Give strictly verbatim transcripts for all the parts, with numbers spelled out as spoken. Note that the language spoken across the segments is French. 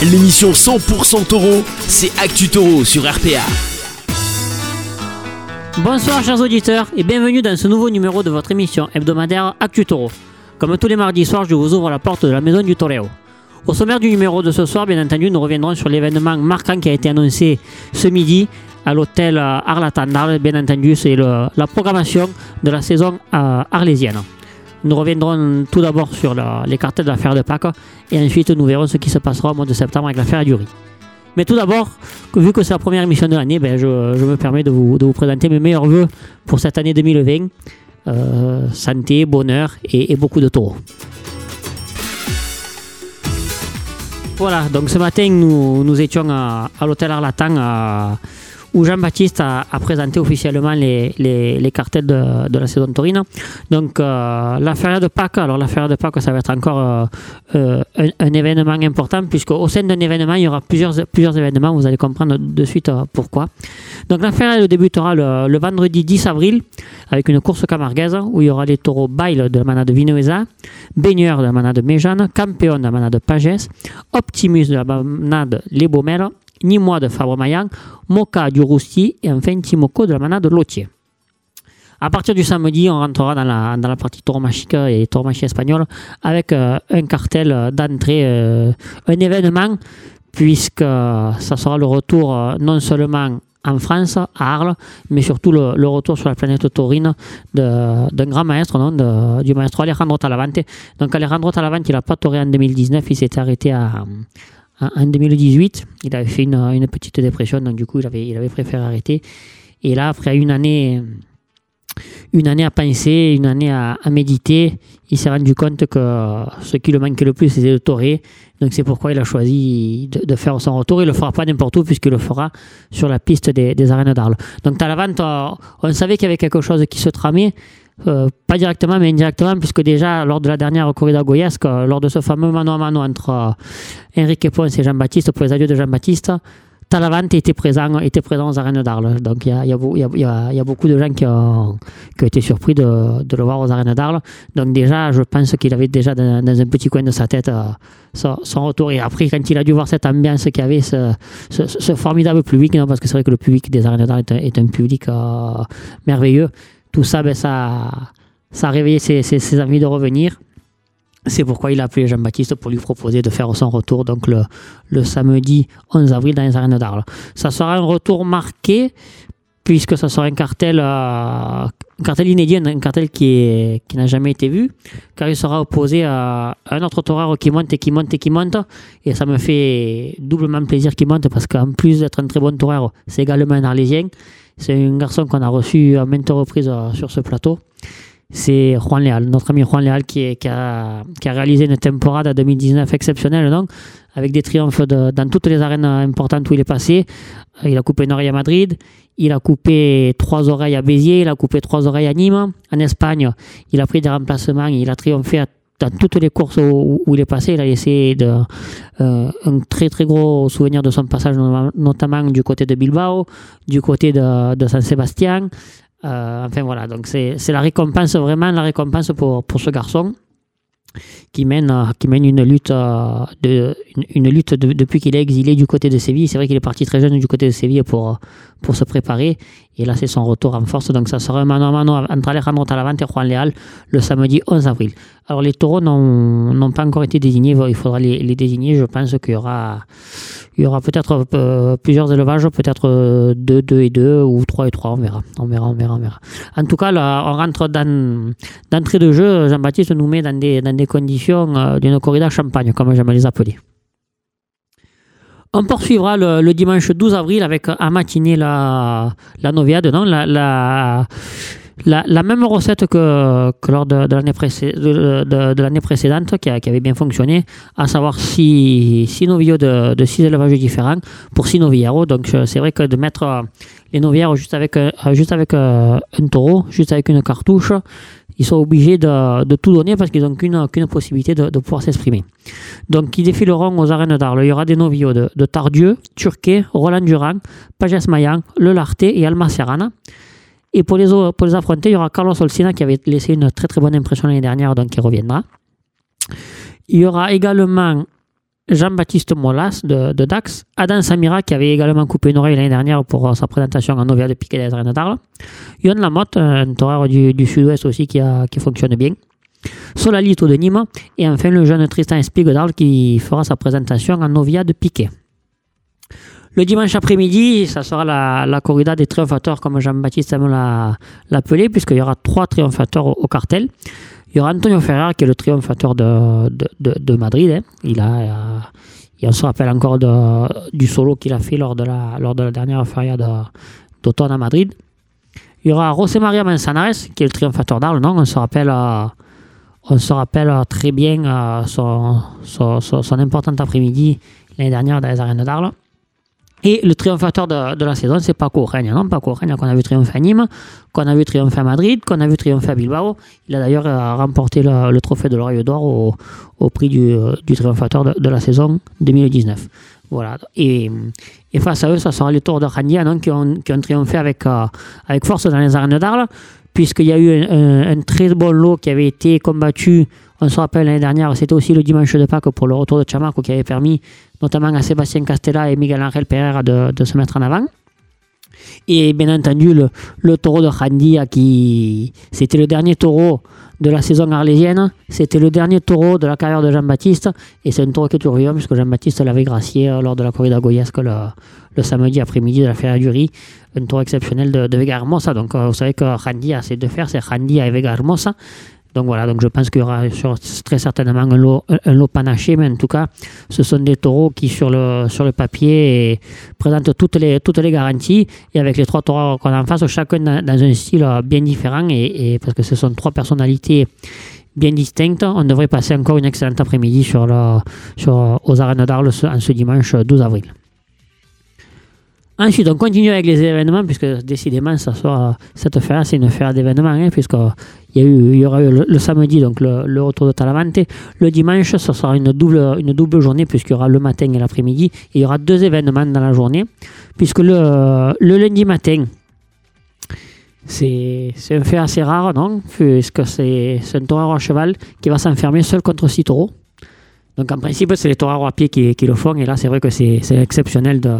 L'émission cent pour cent taureau, c'est Actu Taureau sur R P A. Bonsoir chers auditeurs et bienvenue dans ce nouveau numéro de votre émission hebdomadaire Actu Taureau. Comme tous les mardis soirs, je vous ouvre la porte de la maison du Toreo. Au sommaire du numéro de ce soir, bien entendu, nous reviendrons sur l'événement marquant qui a été annoncé ce midi à l'hôtel Arlatan d'Arles. Bien entendu, c'est le, la programmation de la saison euh, arlésienne. Nous reviendrons tout d'abord sur la, les cartels de la Feria de Pâques et ensuite nous verrons ce qui se passera au mois de septembre avec la Feria du Riz. Mais tout d'abord, vu que c'est la première émission de l'année, ben je, je me permets de vous, de vous présenter mes meilleurs vœux pour cette année deux mille vingt. Euh, santé, bonheur et, et beaucoup de taureaux. Voilà, donc ce matin, nous, nous étions à, à l'hôtel Arlatan à, où Jean-Baptiste a, a présenté officiellement les, les, les cartels de, de la saison taurine. Donc, euh, la Feria de Pâques, alors la Feria de Pâques, ça va être encore euh, euh, un, un événement important, puisqu'au sein d'un événement, il y aura plusieurs, plusieurs événements, vous allez comprendre de suite euh, pourquoi. Donc, la Feria débutera le, le vendredi dix avril, avec une course camarguaise, où il y aura les taureaux Bail de la manade Vinuesa, Baigneur de la manade Méjeanne, Campeon de la manade Pagès, Optimus de la manade Les Baumelles, Nîmois de Fabre-Maillan, Moka du Rousti et enfin Timoko de la manade Lotier. À partir du samedi, on rentrera dans la, dans la partie tauromachie et tauromachie espagnole avec euh, un cartel d'entrée, euh, un événement, puisque euh, ça sera le retour euh, non seulement en France, à Arles, mais surtout le, le retour sur la planète taurine de, d'un grand maître, non, de, du maestro Alejandro Talavante. Donc Alejandro Talavante, il n'a pas tauré en deux mille dix-neuf, il s'était arrêté à... En deux mille dix-huit, il avait fait une, une petite dépression, donc du coup, il avait, il avait préféré arrêter. Et là, après une année, une année à penser, une année à, à méditer, il s'est rendu compte que ce qui lui manquait le plus, c'était de taurer. Donc c'est pourquoi il a choisi de, de faire son retour. Il ne le fera pas n'importe où, puisqu'il le fera sur la piste des, des arènes d'Arles. Donc Talavante, on, on savait qu'il y avait quelque chose qui se tramait. Euh, pas directement mais indirectement, puisque déjà lors de la dernière corrida goyesque, euh, lors de ce fameux mano à mano entre euh, Enrique Ponce et Jean-Baptiste pour les adieux de Jean-Baptiste, Talavante était présent, était présent aux arènes d'Arles. Donc il y a, y, a, y, a, y a beaucoup de gens qui ont, qui ont été surpris de, de le voir aux arènes d'Arles. Donc déjà, je pense qu'il avait déjà dans, dans un petit coin de sa tête euh, son, son retour. Et après, quand il a dû voir cette ambiance qu'il y avait, ce, ce, ce formidable public, non, parce que c'est vrai que le public des arènes d'Arles est un, est un public euh, merveilleux. Tout ça, ben, ça, ça a réveillé ses, ses, ses envies de revenir. C'est pourquoi il a appelé Jean-Baptiste pour lui proposer de faire son retour donc le, le samedi onze avril dans les arènes d'Arles. Ça sera un retour marqué, puisque ça sera un cartel, euh, un cartel inédit, un cartel qui, est, qui n'a jamais été vu, car il sera opposé à un autre taureur qui monte et qui monte et qui monte. Et ça me fait doublement plaisir qu'il monte, parce qu'en plus d'être un très bon taureur, c'est également un Arlésien. C'est un garçon qu'on a reçu à maintes reprises sur ce plateau. C'est Juan Leal, notre ami Juan Leal, qui, est, qui, a, qui a réalisé une temporade deux mille dix-neuf exceptionnelle, donc, avec des triomphes de, dans toutes les arènes importantes où il est passé. Il a coupé une oreille à Madrid, il a coupé trois oreilles à Béziers, il a coupé trois oreilles à Nîmes. En Espagne, il a pris des remplacements, il a triomphé à dans toutes les courses où, où il est passé. Il a laissé de, euh, un très très gros souvenir de son passage, notamment du côté de Bilbao, du côté de, de San Sébastien. Euh, enfin voilà, donc c'est, c'est la récompense, vraiment la récompense pour, pour ce garçon qui mène, qui mène une lutte, de, une, une lutte de, depuis qu'il est exilé du côté de Séville. C'est vrai qu'il est parti très jeune du côté de Séville pour, pour se préparer. Et là, c'est son retour en force. Donc, ça sera un mano à mano entre Alejandro Talavante et Juan Leal le samedi onze avril. Alors, les taureaux n'ont, n'ont pas encore été désignés. Il faudra les, les désigner. Je pense qu'il y aura, il y aura peut-être euh, plusieurs élevages, peut-être deux, deux et deux ou trois et trois. On verra. On verra, on verra, on verra. En tout cas, là, on rentre dans, d'entrée de jeu. Jean-Baptiste nous met dans des, dans des conditions euh, d'une corrida champagne, comme j'aime les appeler. On poursuivra le, le dimanche douze avril avec à matinée la, la noviade, non, la, la, la, la même recette que, que lors de, de, l'année précé, de, de, de l'année précédente, qui, a, qui avait bien fonctionné, à savoir six, six novillos de, de six élevages différents pour six novilleros. Donc c'est vrai que de mettre les novières juste avec, juste avec un taureau, juste avec une cartouche, ils sont obligés de, de tout donner parce qu'ils n'ont qu'une, qu'une possibilité de, de pouvoir s'exprimer. Donc, ils défileront aux arènes d'Arles. Il y aura des novillos de, de Tardieu, Turquet, Roland Durand, Pagès Maillan, Le Larté et Alma Serrana. Et pour les, pour les affronter, il y aura Carlos Olsina qui avait laissé une très très bonne impression l'année dernière, donc il reviendra. Il y aura également Jean-Baptiste Molas de, de Dax, Adam Samira qui avait également coupé une oreille l'année dernière pour euh, sa présentation en Novia de Piquet des Arènes d'Arles, Yohan Lamotte, un torero du, du sud-ouest aussi qui, a, qui fonctionne bien, Solalito de Nîmes, et enfin le jeune Tristan Espig d'Arles qui fera sa présentation en Novia de Piquet. Le dimanche après-midi, ça sera la, la corrida des triomphateurs, comme Jean-Baptiste aime la, l'appeler, puisqu'il y aura trois triomphateurs au, au cartel. Il y aura Antonio Ferrer, qui est le triomphateur de, de, de, de Madrid. Hein. Il a, euh, et on se rappelle encore de, du solo qu'il a fait lors de la, lors de la dernière feria de, d'automne à Madrid. Il y aura José María Manzanares, qui est le triomphateur d'Arles. Non, on se rappelle, euh, on se rappelle très bien euh, son, son, son, son important après-midi l'année dernière dans les arènes d'Arles. Et le triomphateur de, de la saison, c'est Paco Regne, non Paco Regne qu'on a vu triompher à Nîmes, qu'on a vu triompher à Madrid, qu'on a vu triompher à Bilbao. Il a d'ailleurs euh, remporté le, le trophée de l'Oreille d'Or au, au prix du, du triomphateur de, de la saison deux mille dix-neuf. Voilà. Et, et face à eux, ça sera les tours de Randia, non, qui, ont, qui ont triomphé avec, euh, avec force dans les arènes d'Arles, puisqu'il y a eu un, un, un très bon lot qui avait été combattu. On se rappelle l'année dernière, c'était aussi le dimanche de Pâques pour le retour de Chamaco qui avait permis notamment à Sébastien Castella et Miguel Ángel Pereira de, de se mettre en avant. Et bien entendu, le, le taureau de Jandia, qui c'était le dernier taureau de la saison arlésienne, c'était le dernier taureau de la carrière de Jean-Baptiste, et c'est un taureau qui est tourbillon, puisque Jean-Baptiste l'avait gracié lors de la corrida goyesque le, le samedi après-midi de la Feria du Riz, un taureau exceptionnel de, de Vega Hermosa. Donc vous savez que Jandia, c'est deux fers, c'est Jandia et Vega Hermosa. Donc voilà, donc je pense qu'il y aura sur, très certainement un lot, un lot panaché, mais en tout cas, ce sont des taureaux qui, sur le, sur le papier, présentent toutes les, toutes les garanties. Et avec les trois taureaux qu'on a en face, chacun dans, dans un style bien différent, et, et parce que ce sont trois personnalités bien distinctes, on devrait passer encore une excellente après-midi sur le, sur, aux arènes d'Arles en ce dimanche douze avril. Ensuite, on continue avec les événements, puisque décidément, ça soit, cette feria, c'est une feria d'événements, hein, puisqu'il y, a eu, il y aura eu le, le samedi donc le, le retour de Talavante. Le dimanche, ça sera une double, une double journée, puisqu'il y aura le matin et l'après-midi. Et il y aura deux événements dans la journée, puisque le, le lundi matin, c'est, c'est un fait assez rare, non, puisque c'est, c'est un taureau à cheval qui va s'enfermer seul contre six taureaux. Donc en principe, c'est les taureaux à pied qui, qui le font, et là, c'est vrai que c'est, c'est exceptionnel de...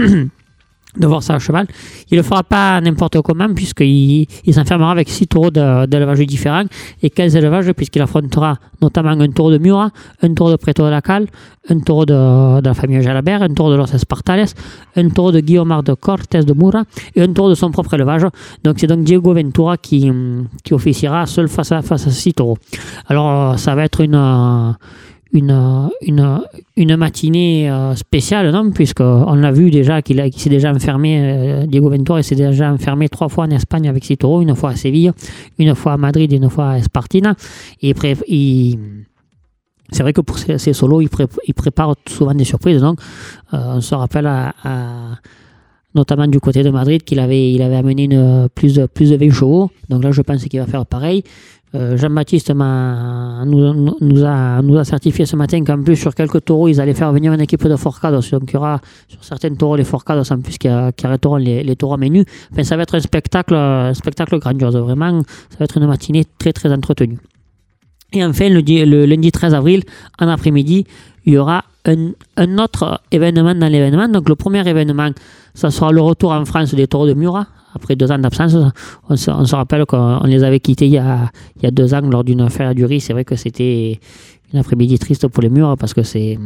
de voir ça à cheval. Il ne le fera pas n'importe comment, puisqu'il il s'enfermera avec six taureaux de, d'élevage différents, et quinze élevages, puisqu'il affrontera notamment un taureau de Miura, un taureau de Preto de la Cal, un taureau de, de la famille Jalabert, un taureau de Los Espartales, un taureau de Guillaume de Cortés de Mura, et un taureau de son propre élevage. Donc c'est donc Diego Ventura qui, qui officiera seul face à, face à six taureaux. Alors ça va être une... Une, une, une matinée euh, spéciale, non, puisqu'on l'a vu déjà qu'il, a, qu'il s'est déjà enfermé, euh, Diego Ventura s'est déjà enfermé trois fois en Espagne avec six taureaux, une fois à Séville, une fois à Madrid et une fois à Espartina. Et pré, il, c'est vrai que pour ces, ces solos, il, pré, il prépare souvent des surprises. Donc, euh, on se rappelle à, à, notamment du côté de Madrid qu'il avait, il avait amené une, plus, de, plus de vingt chevaux. Donc là, je pense qu'il va faire pareil. Euh, Jean-Baptiste m'a, nous, nous, a, nous a certifié ce matin qu'en plus sur quelques taureaux ils allaient faire venir une équipe de forcados, donc il y aura sur certains taureaux les forcados en plus qui, qui arrêteront les, les taureaux à menus. Enfin, ça va être un spectacle, un spectacle grandiose, vraiment ça va être une matinée très très entretenue. Et enfin le, le lundi treize avril en après-midi il y aura un, un autre événement dans l'événement. Donc le premier événement, ça sera le retour en France des taureaux de Murat. Après deux ans d'absence, on se, on se rappelle qu'on les avait quittés il y a, il y a deux ans lors d'une feria du Riz. C'est vrai que c'était une après-midi triste pour les Murs parce que c'est,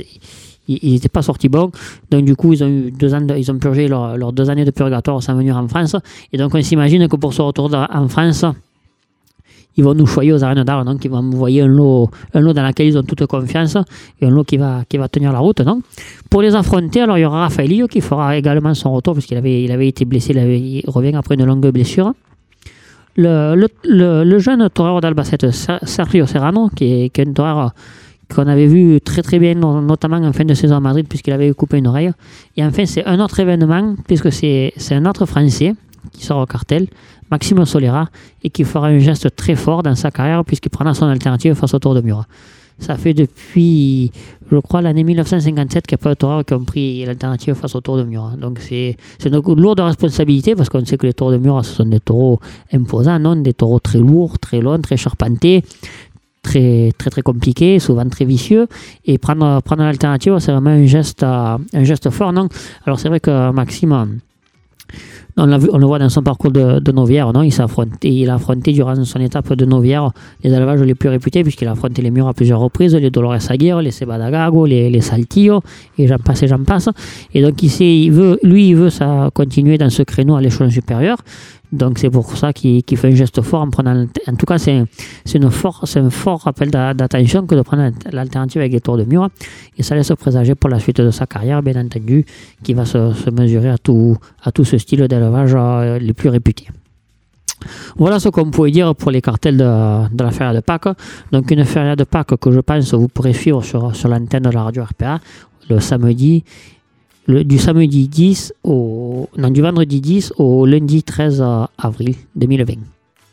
ils n'étaient pas sortis bons. Donc du coup, ils ont eu deux ans, de, ils ont purgé leurs leur deux années de purgatoire sans venir en France. Et donc on s'imagine que pour ce retour en France, ils vont nous choyer aux arènes d'Arles, donc ils vont envoyer un lot, un lot dans lequel ils ont toute confiance et un lot qui va, qui va tenir la route. Donc. Pour les affronter, alors il y aura Rafaelillo qui fera également son retour puisqu'il avait, il avait été blessé, il, avait, il revient après une longue blessure. Le, le, le, le jeune torero d'Albacete, Sergio Serrano, qui est, qui est un torero qu'on avait vu très très bien, notamment en fin de saison à Madrid puisqu'il avait coupé une oreille. Et enfin, c'est un autre événement puisque c'est, c'est un autre Français qui sort au cartel, Maxime Solera, et qui fera un geste très fort dans sa carrière puisqu'il prendra son alternative face au Tour de Murat. Ça fait depuis, je crois, l'année dix-neuf cent cinquante-sept qu'il n'y a pas de taureaux qui ont pris l'alternative face au Tour de Murat. Donc c'est, c'est une lourde responsabilité parce qu'on sait que les Tours de Murat, ce sont des taureaux imposants, non, des taureaux très lourds, très longs, très charpentés, très très très compliqué, souvent très vicieux, et prendre prendre l'alternative, c'est vraiment un geste un geste fort, non? Alors c'est vrai que Maxime, on, l'a vu, on le voit dans son parcours de, de novière, non, il, s'est affronté, il a affronté durant son étape de novière les élevages les plus réputés, puisqu'il a affronté les murs à plusieurs reprises, les Dolores Aguirre, les Sebadagago, les, les Saltillo, et j'en passe et j'en passe. Et donc il, sait, il veut, lui, il veut ça continuer dans ce créneau à l'échelon supérieur. Donc c'est pour ça qu'il, qu'il fait un geste fort en prenant. En tout cas, c'est, c'est, une fort, c'est un fort rappel d'attention que de prendre l'alternative avec les tours de mur. Et ça laisse présager pour la suite de sa carrière, bien entendu, qui va se, se mesurer à tout, à tout ce style d'élevage euh, les plus réputés. Voilà ce qu'on pouvait dire pour les cartels de, de la feria de Pâques. Donc une feria de Pâques que je pense vous pourrez suivre sur, sur l'antenne de la radio R P A le samedi. Le, du samedi dix au non, du vendredi dix au lundi treize avril deux mille vingt.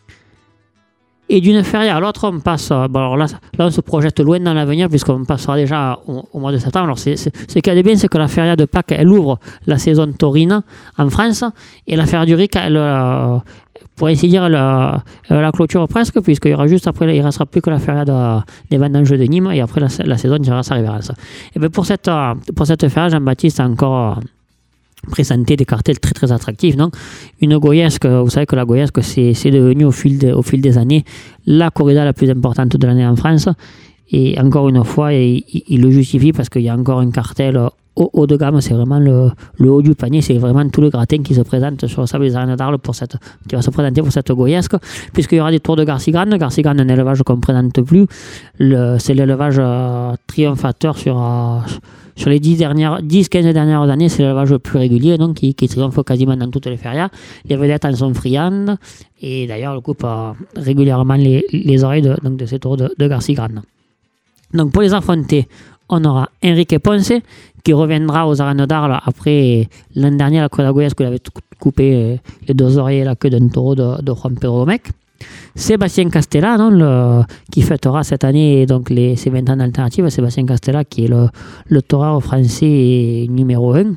Et d'une feria à l'autre, on passe. Bon, alors là, là, on se projette loin dans l'avenir, puisqu'on passera déjà au, au mois de septembre. Alors, c'est, c'est, ce qui est bien, c'est que la feria de Pâques, elle ouvre la saison taurine en France, et la feria du Ric, elle, euh, pour ainsi dire, la, la clôture presque, puisqu'il y aura juste après, il ne restera plus que la feria de, des vendanges de Nîmes, et après la, la saison tirera sa révérence. Et bien pour cette, pour cette feria, Jean-Baptiste a encore présenté des cartels très très attractifs. Donc, une goyesque, vous savez que la goyesque, c'est, c'est devenu au fil, de, au fil des années la corrida la plus importante de l'année en France. Et encore une fois, il, il le justifie parce qu'il y a encore un cartel haut, haut de gamme. C'est vraiment le, le haut du panier. C'est vraiment tout le gratin qui se présente sur le sable des arènes d'Arles pour cette, qui va se présenter pour cette goyesque. Puisqu'il y aura des tours de Garcigrande. Garcigrande, un élevage qu'on ne présente plus. Le, c'est l'élevage euh, triomphateur sur... Euh, Sur les dix quinze dernières années, c'est l'élevage le plus régulier, donc qui, qui triomphe quasiment dans toutes les ferias. Les vedettes en sont friandes, et d'ailleurs, le coupe euh, régulièrement les, les oreilles de, donc de ces taureaux de, de Garcigrande. Donc pour les affronter, on aura Enrique Ponce, qui reviendra aux arènes d'Arles après l'an dernier, la Corrida Goyesque, où il avait coupé les deux oreilles et la queue d'un taureau de, de Juan Pedro Domecq. Sébastien Castella, non, le, qui fêtera cette année donc les, ses vingt ans d'alternative. Sébastien Castella, qui est le, le taureur français numéro un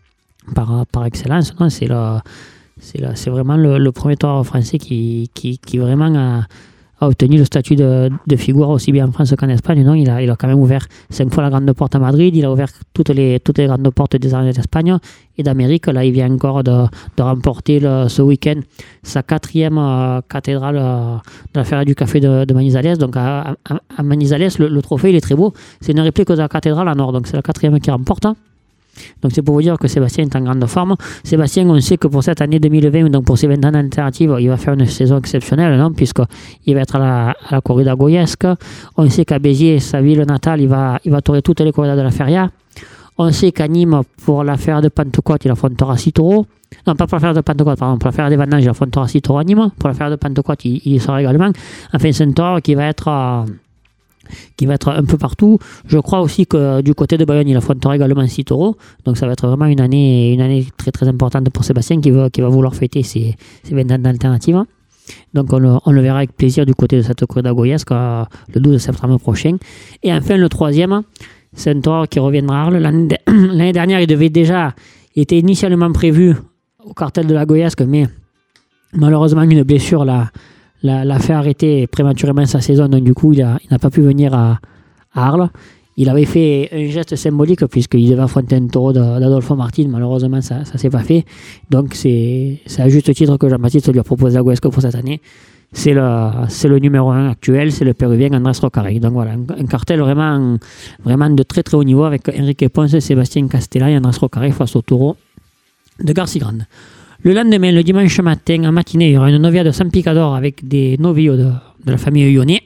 par, par excellence. Non, c'est, le, c'est, le, c'est vraiment le, le premier taureur français qui, qui, qui vraiment a, a obtenu le statut de, de figure aussi bien en France qu'en Espagne. Non, il, a, il a quand même ouvert cinq fois la grande porte à Madrid, il a ouvert toutes les, toutes les grandes portes des arènes d'Espagne et d'Amérique. Là, il vient encore de, de remporter le, ce week-end sa quatrième euh, cathédrale euh, de la feria du café de, de Manizales. Donc à, à, à Manizales, le, le trophée il est très beau. C'est une réplique de la cathédrale en or, donc c'est la quatrième qui remporte. Donc c'est pour vous dire que Sébastien est en grande forme. Sébastien, on sait que pour cette année deux mille vingt, donc pour ses vingt ans d'alternative, il va faire une saison exceptionnelle, non, puisqu'il va être à la, à la corrida goyesque. On sait qu'à Béziers, sa ville natale, il va, il va tourner toutes les corridas de la feria. On sait qu'à Nîmes, pour la feria de Pentecôte, il affrontera six taureaux. Non, pas pour la feria de Pentecôte, pardon, pour la feria des vendanges, il affrontera six taureaux à Nîmes. Pour la feria de Pentecôte, il, il y sera également. Enfin, c'est un taureau qui va être... Euh, qui va être un peu partout. Je crois aussi que du côté de Bayonne, il affrontera également six taureaux. Donc ça va être vraiment une année, une année très très importante pour Sébastien qui va, qui va vouloir fêter ses, ses vingt ans d'alternative. Donc on le, on le verra avec plaisir du côté de cette corrida goyesque euh, le douze septembre prochain. Et enfin le troisième, c'est un taureau qui reviendra à Arles. L'année, l'année dernière, il devait déjà, il était initialement prévu au cartel de la goyesque, mais malheureusement une blessure l'a L'a, l'a fait arrêter prématurément sa saison, donc du coup il, a, il n'a pas pu venir à, à Arles. Il avait fait un geste symbolique puisqu'il devait affronter un taureau d'Adolfo Martin, malheureusement ça ne s'est pas fait. Donc c'est, c'est à juste titre que Jean-Baptiste lui a proposé la goyesque pour cette année. C'est le, c'est le numéro un actuel, c'est le péruvien Andrés Rocarrey. Donc voilà, un, un cartel vraiment, vraiment de très très haut niveau avec Enrique Ponce, Sébastien Castella et Andrés Rocarey face au taureau de Garcigrande. Le lendemain, le dimanche matin, en matinée, il y aura une novia de San Picador avec des novios de, de la famille Lyonnais.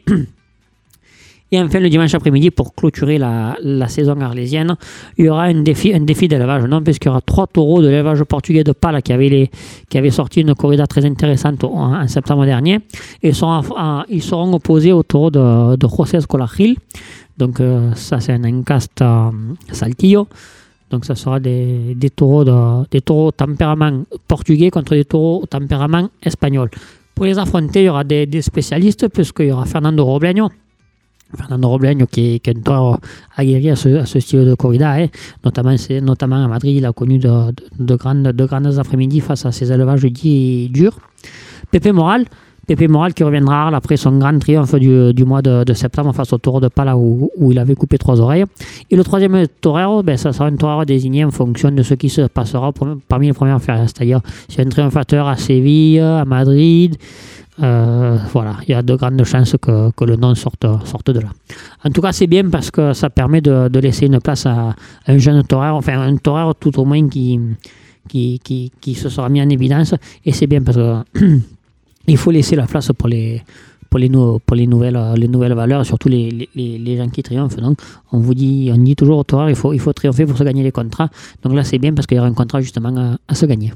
Et enfin, le dimanche après-midi, pour clôturer la, la saison arlésienne, il y aura un défi, un défi d'élevage, non, puisqu'il y aura trois taureaux de l'élevage portugais de Pala qui avaient, les, qui avaient sorti une corrida très intéressante en, en septembre dernier. Et ils seront, en, ils seront opposés aux taureaux de, de José Escolar-Gil. Donc, euh, ça, c'est un encast euh, Saltillo. Donc ça sera des, des taureaux de, des taureaux tempérament portugais contre des taureaux tempérament espagnol. Pour les affronter, il y aura des, des spécialistes, puisqu'il y aura Fernando Robleño. Fernando Robleño qui est, qui est un taureau aguerri à ce, à ce style de corrida. Hein. Notamment, c'est, notamment à Madrid, il a connu de, de, de, grandes, de grandes après-midi face à ces élevages dits durs. Pepe Moral. Pépé Moral qui reviendra à Arles après son grand triomphe du, du mois de, de septembre face au taureau de Pala où, où il avait coupé trois oreilles. Et le troisième torero, ben, ça sera un torero désigné en fonction de ce qui se passera parmi les premières férias. C'est-à-dire, c'est un triomphateur à Séville, à Madrid. Euh, voilà, il y a de grandes chances que, que le nom sorte, sorte de là. En tout cas, c'est bien parce que ça permet de, de laisser une place à, à un jeune torero, enfin un torero tout au moins qui, qui, qui, qui se sera mis en évidence. Et c'est bien parce que il faut laisser la place pour les, pour les, nou- pour les, nouvelles, les nouvelles valeurs, surtout les, les, les gens qui triomphent. Donc, on vous dit, on dit toujours au torero, il faut, il faut triompher pour se gagner les contrats. Donc là, c'est bien parce qu'il y aura un contrat justement à, à se gagner.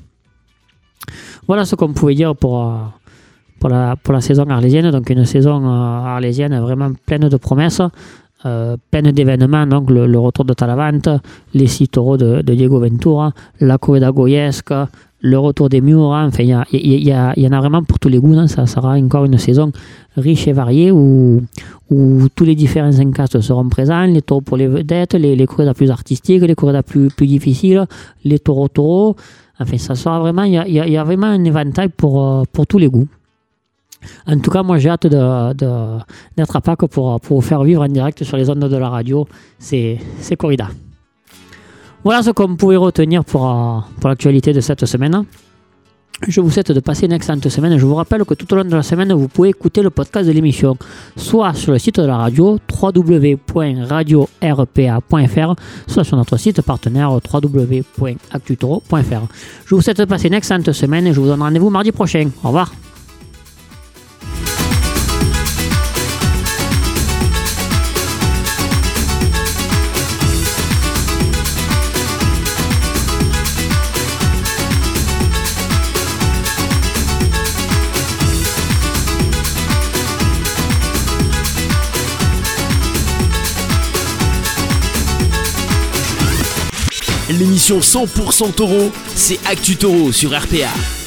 Voilà ce qu'on pouvait dire pour, pour, la, pour la saison arlésienne. Donc, une saison arlésienne vraiment pleine de promesses, euh, pleine d'événements. Donc, le, le retour de Talavante, les six taureaux de, de Diego Ventura, la corrida goyesque, le retour des Miura, enfin, il y, y, y, y, y en a vraiment pour tous les goûts. Hein. Ça sera encore une saison riche et variée où, où tous les différents encastes seront présents, les taureaux pour les vedettes, les, les corridas plus artistiques, les corridas plus, plus difficiles, les taureaux-taureaux. Enfin, ça sera vraiment, il y a, y a vraiment un éventail pour, pour tous les goûts. En tout cas, moi, j'ai hâte de, de, d'être à Pâques pour, pour vous faire vivre en direct sur les ondes de la radio. C'est, c'est corrida. Voilà ce qu'on pouvait retenir pour, pour l'actualité de cette semaine. Je vous souhaite de passer une excellente semaine. Je vous rappelle que tout au long de la semaine, vous pouvez écouter le podcast de l'émission, soit sur le site de la radio, w w w point radio r p a point f r, soit sur notre site partenaire, w w w point actutoro point f r. Je vous souhaite de passer une excellente semaine et je vous donne rendez-vous mardi prochain. Au revoir. L'émission cent pour cent taureau, c'est Actu Taureau sur R P A.